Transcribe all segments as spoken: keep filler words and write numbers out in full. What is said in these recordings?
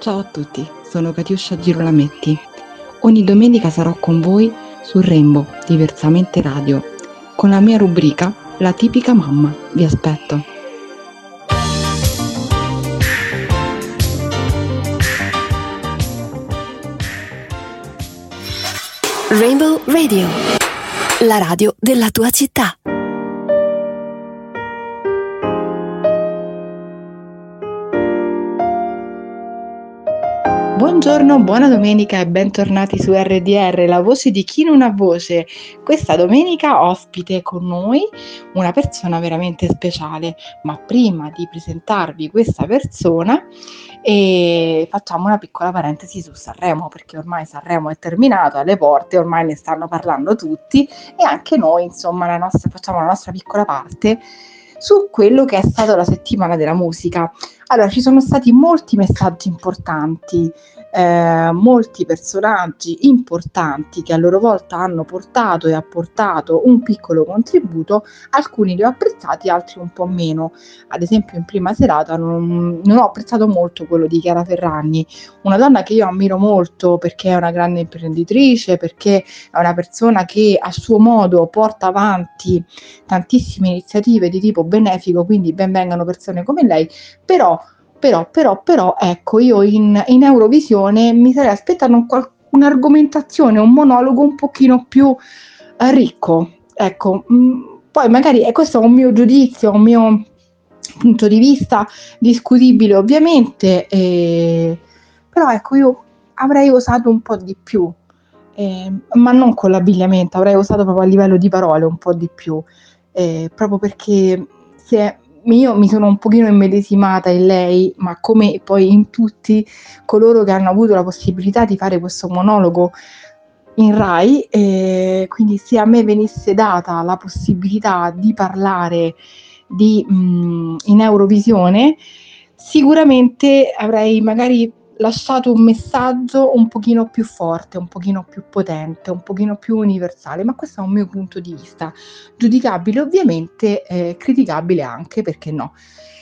Ciao a tutti, sono Katiuscia Girolametti. Ogni domenica sarò con voi su Rainbow, Diversamente Radio, con la mia rubrica La tipica mamma. Vi aspetto. Rainbow Radio, la radio della tua città. Buongiorno, buona domenica e bentornati su R D R, la voce di chi non ha voce. Questa domenica ospite con noi una persona veramente speciale, ma prima di presentarvi questa persona eh, facciamo una piccola parentesi su Sanremo, perché ormai Sanremo è terminato, alle porte, ormai ne stanno parlando tutti e anche noi, insomma, la nostra, facciamo la nostra piccola parte su quello che è stata la settimana della musica. Allora, ci sono stati molti messaggi importanti, eh, molti personaggi importanti che a loro volta hanno portato e apportato un piccolo contributo, alcuni li ho apprezzati, altri un po' meno. Ad esempio in prima serata non, non ho apprezzato molto quello di Chiara Ferragni, una donna che io ammiro molto perché è una grande imprenditrice, perché è una persona che a suo modo porta avanti tantissime iniziative di tipo benefico, quindi ben vengano persone come lei, però Però, però, però, ecco, io in, in Eurovisione mi sarei aspettato un qual- un'argomentazione, un monologo un pochino più eh, ricco, ecco. mh, Poi magari è questo è un mio giudizio, un mio punto di vista discutibile ovviamente, eh, però ecco, io avrei osato un po' di più, eh, ma non con l'abbigliamento, avrei osato proprio a livello di parole un po' di più, eh, proprio perché si è io mi sono un pochino immedesimata in lei, ma come poi in tutti coloro che hanno avuto la possibilità di fare questo monologo in Rai, e quindi se a me venisse data la possibilità di parlare di, mh, in Eurovisione, sicuramente avrei magari lasciato un messaggio un pochino più forte, un pochino più potente, un pochino più universale, ma questo è un mio punto di vista, giudicabile ovviamente, eh, criticabile anche, perché no.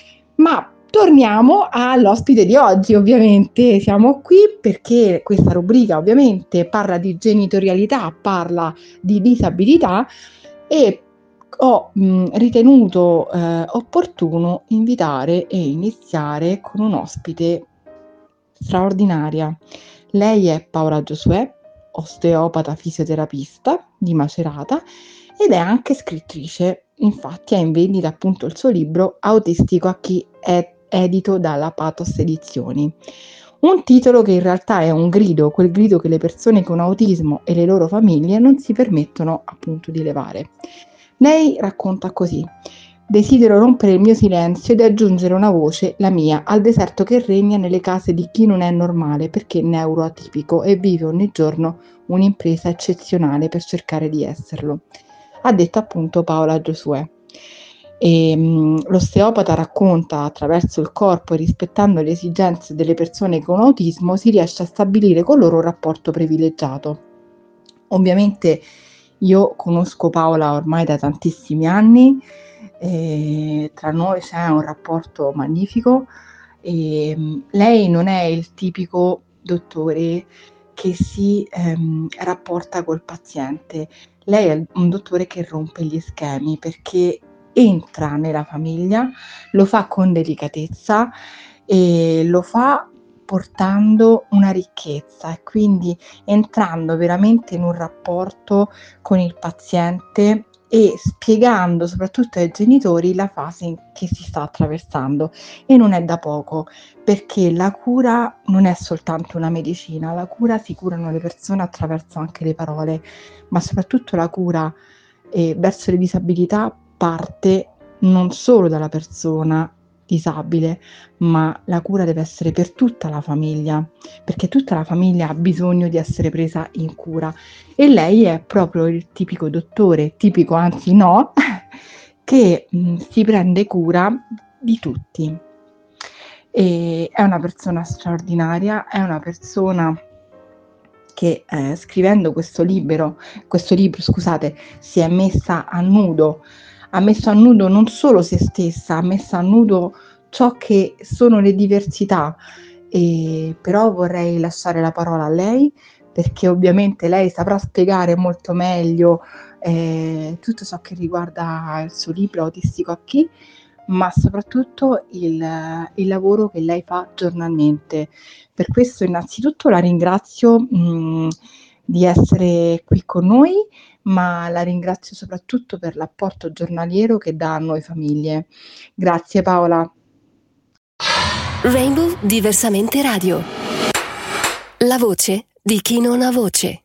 Ma torniamo all'ospite di oggi, ovviamente siamo qui perché questa rubrica ovviamente parla di genitorialità, parla di disabilità e ho mh, ritenuto eh, opportuno invitare e iniziare con un ospite straordinaria. Lei è Paola Giosuè, osteopata fisioterapista di Macerata ed è anche scrittrice. Infatti è in vendita appunto il suo libro Autistico a chi è edito dalla Pathos Edizioni. Un titolo che in realtà è un grido, quel grido che le persone con autismo e le loro famiglie non si permettono appunto di levare. Lei racconta così: desidero rompere il mio silenzio ed aggiungere una voce, la mia, al deserto che regna nelle case di chi non è normale perché neuroatipico e vive ogni giorno un'impresa eccezionale per cercare di esserlo. Ha detto appunto Paola Giosuè. E, mh, l'osteopata racconta attraverso il corpo e rispettando le esigenze delle persone con autismo si riesce a stabilire con loro un rapporto privilegiato. Ovviamente io conosco Paola ormai da tantissimi anni, e tra noi c'è un rapporto magnifico e mh, lei non è il tipico dottore che si ehm, rapporta col paziente, lei è un dottore che rompe gli schemi perché entra nella famiglia, lo fa con delicatezza e lo fa portando una ricchezza e quindi entrando veramente in un rapporto con il paziente e spiegando soprattutto ai genitori la fase in che si sta attraversando, e non è da poco, perché la cura non è soltanto una medicina, la cura si curano le persone attraverso anche le parole, ma soprattutto la cura eh, verso le disabilità parte non solo dalla persona disabile, ma la cura deve essere per tutta la famiglia, perché tutta la famiglia ha bisogno di essere presa in cura e lei è proprio il tipico dottore, tipico anzi no, che mh, si prende cura di tutti. E è una persona straordinaria, è una persona che eh, scrivendo questo libro, questo libro, scusate, si è messa a nudo, ha messo a nudo non solo se stessa, ha messo a nudo ciò che sono le diversità e però vorrei lasciare la parola a lei, perché ovviamente lei saprà spiegare molto meglio, ehm, tutto ciò che riguarda il suo libro Autistico a chi, ma soprattutto il il lavoro che lei fa giornalmente. Per questo innanzitutto la ringrazio, mhmm, di essere qui con noi, ma la ringrazio soprattutto per l'apporto giornaliero che dà a noi famiglie. Grazie Paola. Rainbow Diversamente Radio. La voce di chi non ha voce.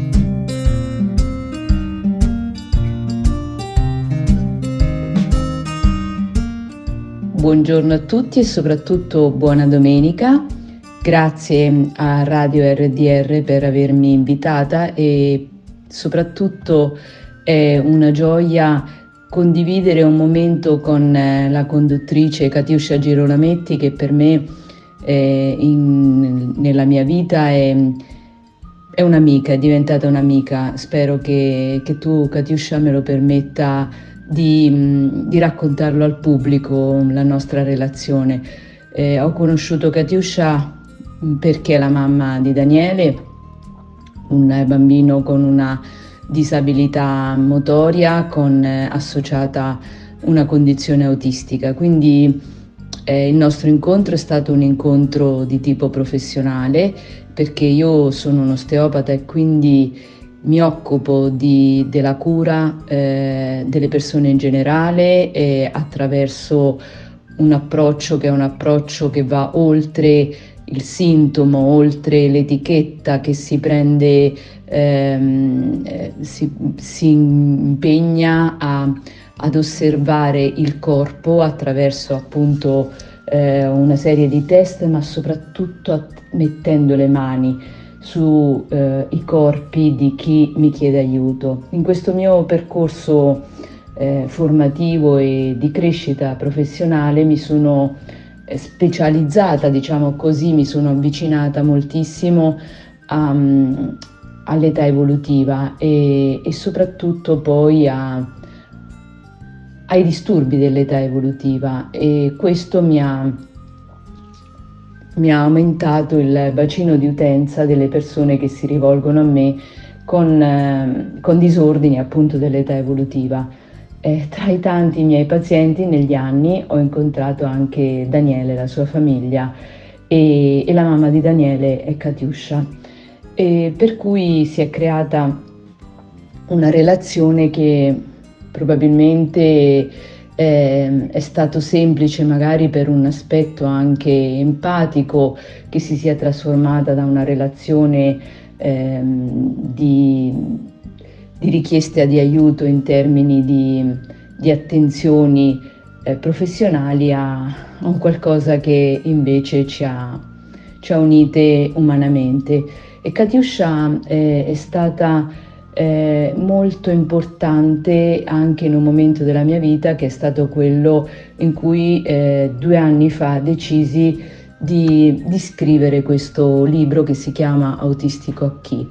Buongiorno a tutti e soprattutto buona domenica. Grazie a Radio R D R per avermi invitata e soprattutto è una gioia condividere un momento con la conduttrice Katiuscia Girolametti, che per me eh, in, nella mia vita è, è un'amica, è diventata un'amica. Spero che, che tu, Katiuscia, me lo permetta di, di raccontarlo al pubblico, la nostra relazione. Eh, ho conosciuto Katiuscia perché è la mamma di Daniele, un bambino con una disabilità motoria con eh, associata una condizione autistica. Quindi eh, il nostro incontro è stato un incontro di tipo professionale, perché io sono un osteopata e quindi mi occupo di, della cura eh, delle persone in generale, e attraverso un approccio che è un approccio che va oltre il sintomo, oltre l'etichetta, che si prende, ehm, eh, si, si impegna a, ad osservare il corpo attraverso appunto eh, una serie di test, ma soprattutto att- mettendo le mani sui eh, corpi di chi mi chiede aiuto. In questo mio percorso eh, formativo e di crescita professionale mi sono eh, specializzata, diciamo così, mi sono avvicinata moltissimo a, all'età evolutiva e, e soprattutto poi a, ai disturbi dell'età evolutiva, e questo mi ha mi ha aumentato il bacino di utenza delle persone che si rivolgono a me con, eh, con disordini appunto dell'età evolutiva. Eh, tra i tanti miei pazienti negli anni ho incontrato anche Daniele, la sua famiglia, e, e la mamma di Daniele è Katiuscia, e per cui si è creata una relazione che probabilmente eh, è stato semplice magari per un aspetto anche empatico, che si sia trasformata da una relazione eh, di, di richiesta di aiuto in termini di, di attenzioni eh, professionali a, a un qualcosa che invece ci ha, ci ha unite umanamente. E Katiuscia eh, è stata Eh, molto importante anche in un momento della mia vita, che è stato quello in cui eh, due anni fa decisi di, di scrivere questo libro che si chiama Autistico a chi.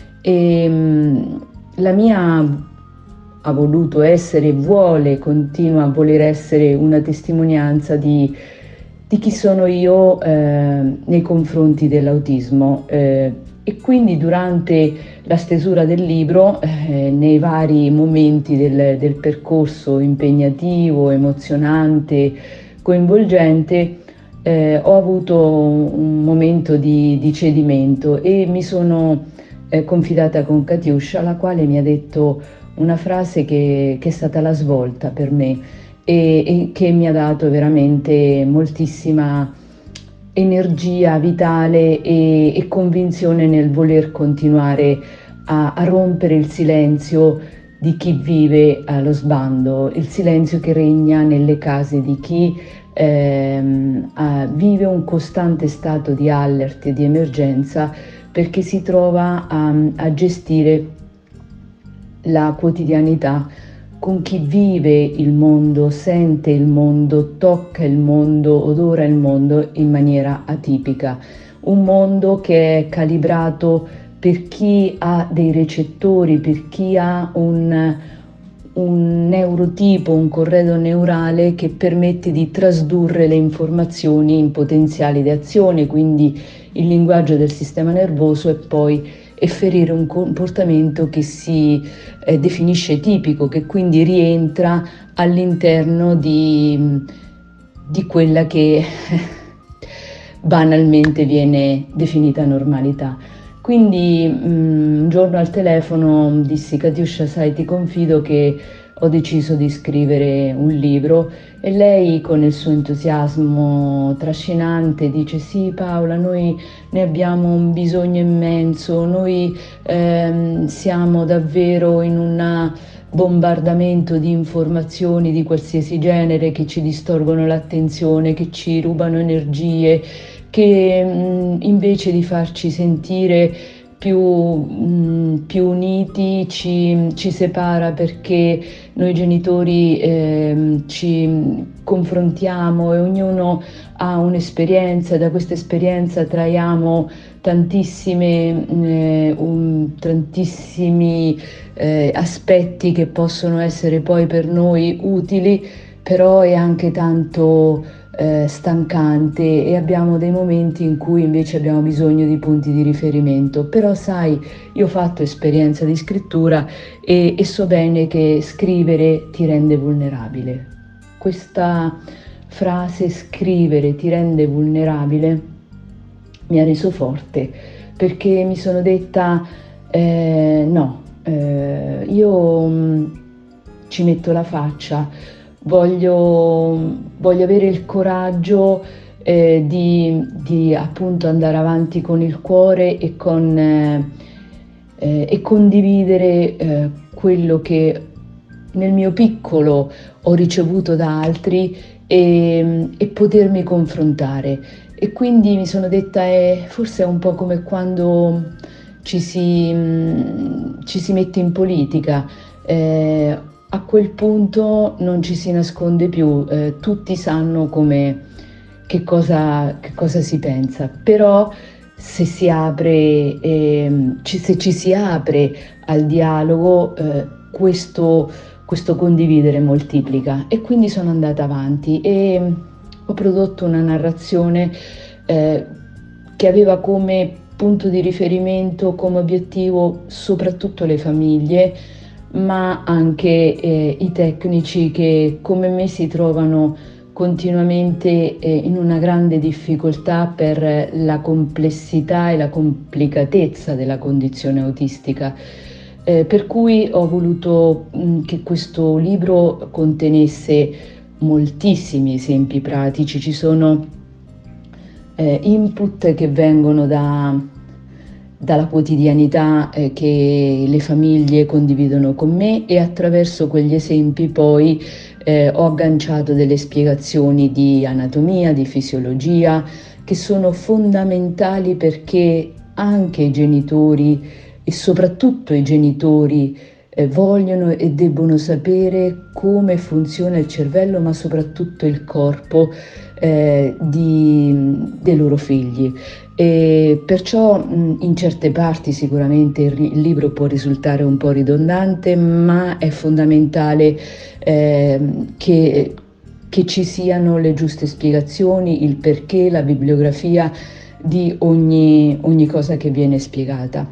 E, mh, la mia ha voluto essere, vuole, continua a voler essere una testimonianza di, di chi sono io eh, nei confronti dell'autismo. Eh, E quindi durante la stesura del libro, eh, nei vari momenti del, del percorso impegnativo, emozionante, coinvolgente, eh, ho avuto un momento di, di cedimento e mi sono eh, confidata con Katiuscia, la quale mi ha detto una frase che, che è stata la svolta per me e, e che mi ha dato veramente moltissima energia vitale e, e convinzione nel voler continuare a, a rompere il silenzio di chi vive allo sbando, il silenzio che regna nelle case di chi ehm, a, vive un costante stato di allerta e di emergenza, perché si trova a, a gestire la quotidianità con chi vive il mondo, sente il mondo, tocca il mondo, odora il mondo in maniera atipica. Un mondo che è calibrato per chi ha dei recettori, per chi ha un, un neurotipo, un corredo neurale che permette di trasdurre le informazioni in potenziali di azione, quindi il linguaggio del sistema nervoso, e poi efferire un comportamento che si eh, definisce tipico, che quindi rientra all'interno di, di quella che banalmente viene definita normalità. Quindi um, un giorno al telefono dissi: Katiuscia, sai, ti confido che ho deciso di scrivere un libro. E lei, con il suo entusiasmo trascinante, dice: sì Paola, noi ne abbiamo un bisogno immenso, noi ehm, siamo davvero in un bombardamento di informazioni di qualsiasi genere che ci distorgono l'attenzione, che ci rubano energie, che mh, invece di farci sentire più, mh, più uniti ci, ci separa, perché noi genitori eh, ci confrontiamo e ognuno ha un'esperienza, e da questa esperienza traiamo tantissime, eh, un, tantissimi eh, aspetti che possono essere poi per noi utili, però è anche tanto eh, stancante, e abbiamo dei momenti in cui invece abbiamo bisogno di punti di riferimento. Però sai, io ho fatto esperienza di scrittura e, e so bene che scrivere ti rende vulnerabile. Questa frase, scrivere ti rende vulnerabile, mi ha reso forte, perché mi sono detta eh, no, eh, io mh, ci metto la faccia, voglio, voglio avere il coraggio eh, di, di appunto andare avanti con il cuore e, con, eh, eh, e condividere eh, quello che nel mio piccolo ho ricevuto da altri, e, e potermi confrontare. E quindi mi sono detta, eh, forse è un po' come quando ci si, mh, ci si mette in politica, eh, a quel punto non ci si nasconde più, eh, tutti sanno come, che cosa, che cosa si pensa, però se si apre, eh, ci, se ci si apre al dialogo, eh, questo, questo condividere moltiplica. E quindi sono andata avanti e ho prodotto una narrazione eh, che aveva come punto di riferimento, come obiettivo, soprattutto le famiglie, ma anche eh, i tecnici che come me si trovano continuamente eh, in una grande difficoltà per la complessità e la complicatezza della condizione autistica. Eh, per cui ho voluto mh, che questo libro contenesse moltissimi esempi pratici. Ci sono eh, input che vengono da, dalla quotidianità eh, che le famiglie condividono con me, e attraverso quegli esempi poi eh, ho agganciato delle spiegazioni di anatomia, di fisiologia, che sono fondamentali, perché anche i genitori, e soprattutto i genitori, eh, vogliono e debbono sapere come funziona il cervello, ma soprattutto il corpo eh, di, dei loro figli. E perciò mh, in certe parti sicuramente il, il libro può risultare un po' ridondante, ma è fondamentale eh, che, che ci siano le giuste spiegazioni, il perché, la bibliografia di ogni, ogni cosa che viene spiegata.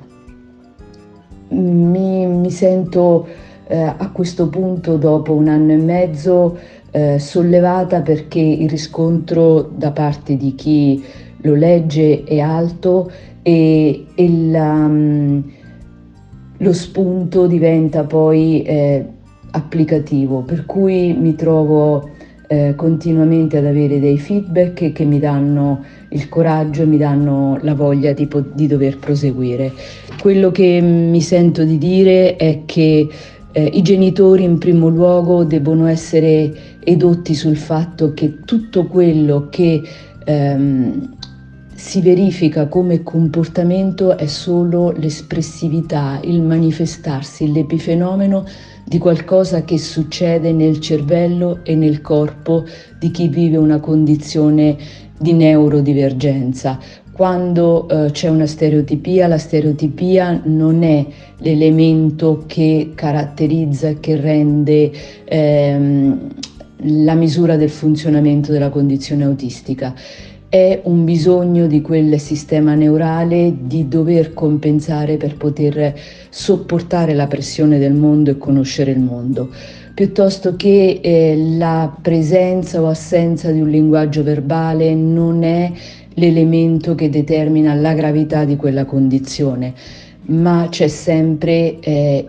Mi, mi sento eh, a questo punto, dopo un anno e mezzo, eh, sollevata, perché il riscontro da parte di chi lo legge è alto, e, e la, um, lo spunto diventa poi eh, applicativo, per cui mi trovo eh, continuamente ad avere dei feedback che mi danno il coraggio e mi danno la voglia di, po- di dover proseguire. Quello che mi sento di dire è che eh, i genitori in primo luogo debbono essere edotti sul fatto che tutto quello che ehm, si verifica come comportamento è solo l'espressività, il manifestarsi, l'epifenomeno di qualcosa che succede nel cervello e nel corpo di chi vive una condizione di neurodivergenza. Quando eh, c'è una stereotipia, la stereotipia non è l'elemento che caratterizza, che rende ehm, la misura del funzionamento della condizione autistica. È un bisogno di quel sistema neurale di dover compensare per poter sopportare la pressione del mondo e conoscere il mondo, piuttosto che eh, la presenza o assenza di un linguaggio verbale non è l'elemento che determina la gravità di quella condizione, ma c'è sempre eh,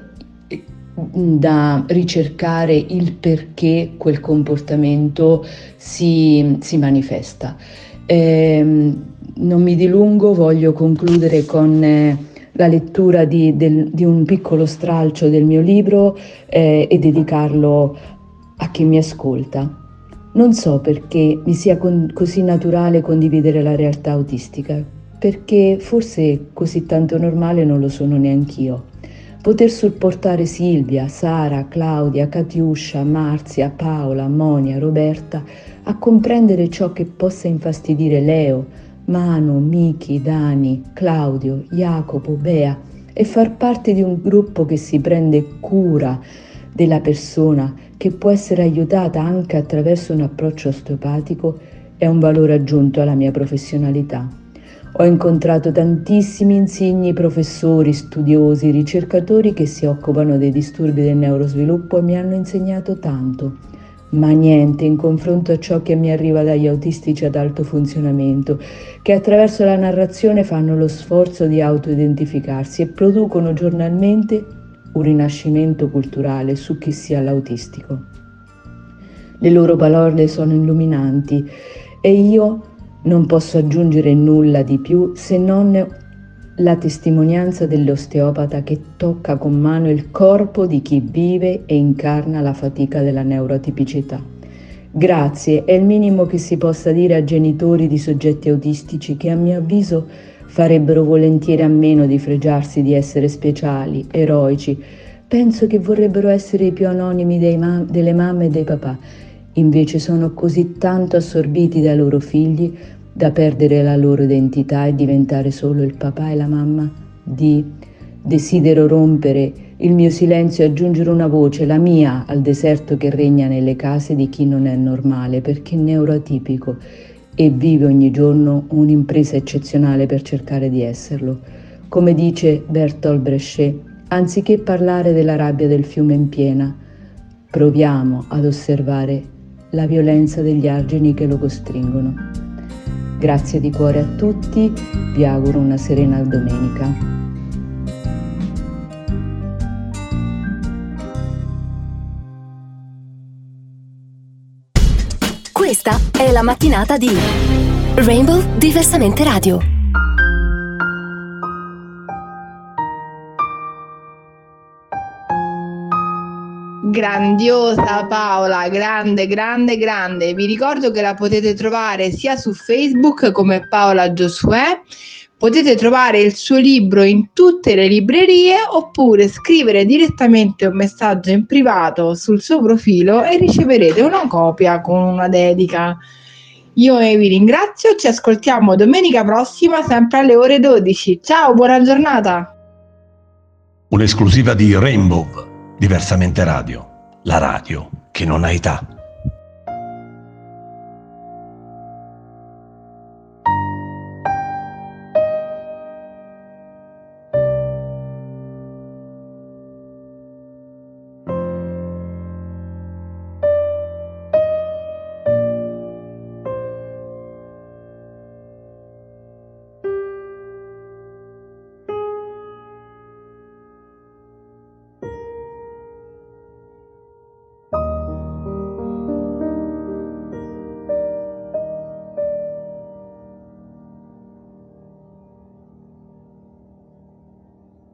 da ricercare il perché quel comportamento si, si manifesta. Eh, non mi dilungo, voglio concludere con eh, la lettura di, del, di un piccolo stralcio del mio libro eh, e dedicarlo a chi mi ascolta. Non so perché mi sia con, così naturale condividere la realtà autistica, perché forse così tanto normale non lo sono neanch'io. Poter supportare Silvia, Sara, Claudia, Katiuscia, Marzia, Paola, Monia, Roberta a comprendere ciò che possa infastidire Leo, Manu, Miki, Dani, Claudio, Jacopo, Bea e far parte di un gruppo che si prende cura della persona, che può essere aiutata anche attraverso un approccio osteopatico, è un valore aggiunto alla mia professionalità. Ho incontrato tantissimi insigni, professori, studiosi, ricercatori che si occupano dei disturbi del neurosviluppo e mi hanno insegnato tanto, ma niente in confronto a ciò che mi arriva dagli autistici ad alto funzionamento, che attraverso la narrazione fanno lo sforzo di autoidentificarsi e producono giornalmente un rinascimento culturale su chi sia l'autistico. Le loro parole sono illuminanti e io non posso aggiungere nulla di più se non la testimonianza dell'osteopata che tocca con mano il corpo di chi vive e incarna la fatica della neurotipicità. Grazie è il minimo che si possa dire a genitori di soggetti autistici che a mio avviso farebbero volentieri a meno di fregiarsi di essere speciali, eroici. Penso che vorrebbero essere i più anonimi dei ma- delle mamme e dei papà. Invece sono così tanto assorbiti dai loro figli da perdere la loro identità e diventare solo il papà e la mamma di desidero rompere il mio silenzio e aggiungere una voce, la mia, al deserto che regna nelle case di chi non è normale perché è neuroatipico e vive ogni giorno un'impresa eccezionale per cercare di esserlo. Come dice Bertolt Brecht, anziché parlare della rabbia del fiume in piena, proviamo ad osservare la violenza degli argini che lo costringono. Grazie di cuore a tutti, vi auguro una serena domenica. Questa è la mattinata di Rainbow Diversamente Radio. Grandiosa Paola, grande, grande, grande. Vi ricordo che la potete trovare sia su Facebook come Paola Giosuè, potete trovare il suo libro in tutte le librerie oppure scrivere direttamente un messaggio in privato sul suo profilo e riceverete una copia con una dedica. Io vi ringrazio, ci ascoltiamo domenica prossima sempre alle ore dodici. Ciao, buona giornata. Un'esclusiva di Rainbow Diversamente Radio, la radio che non ha età.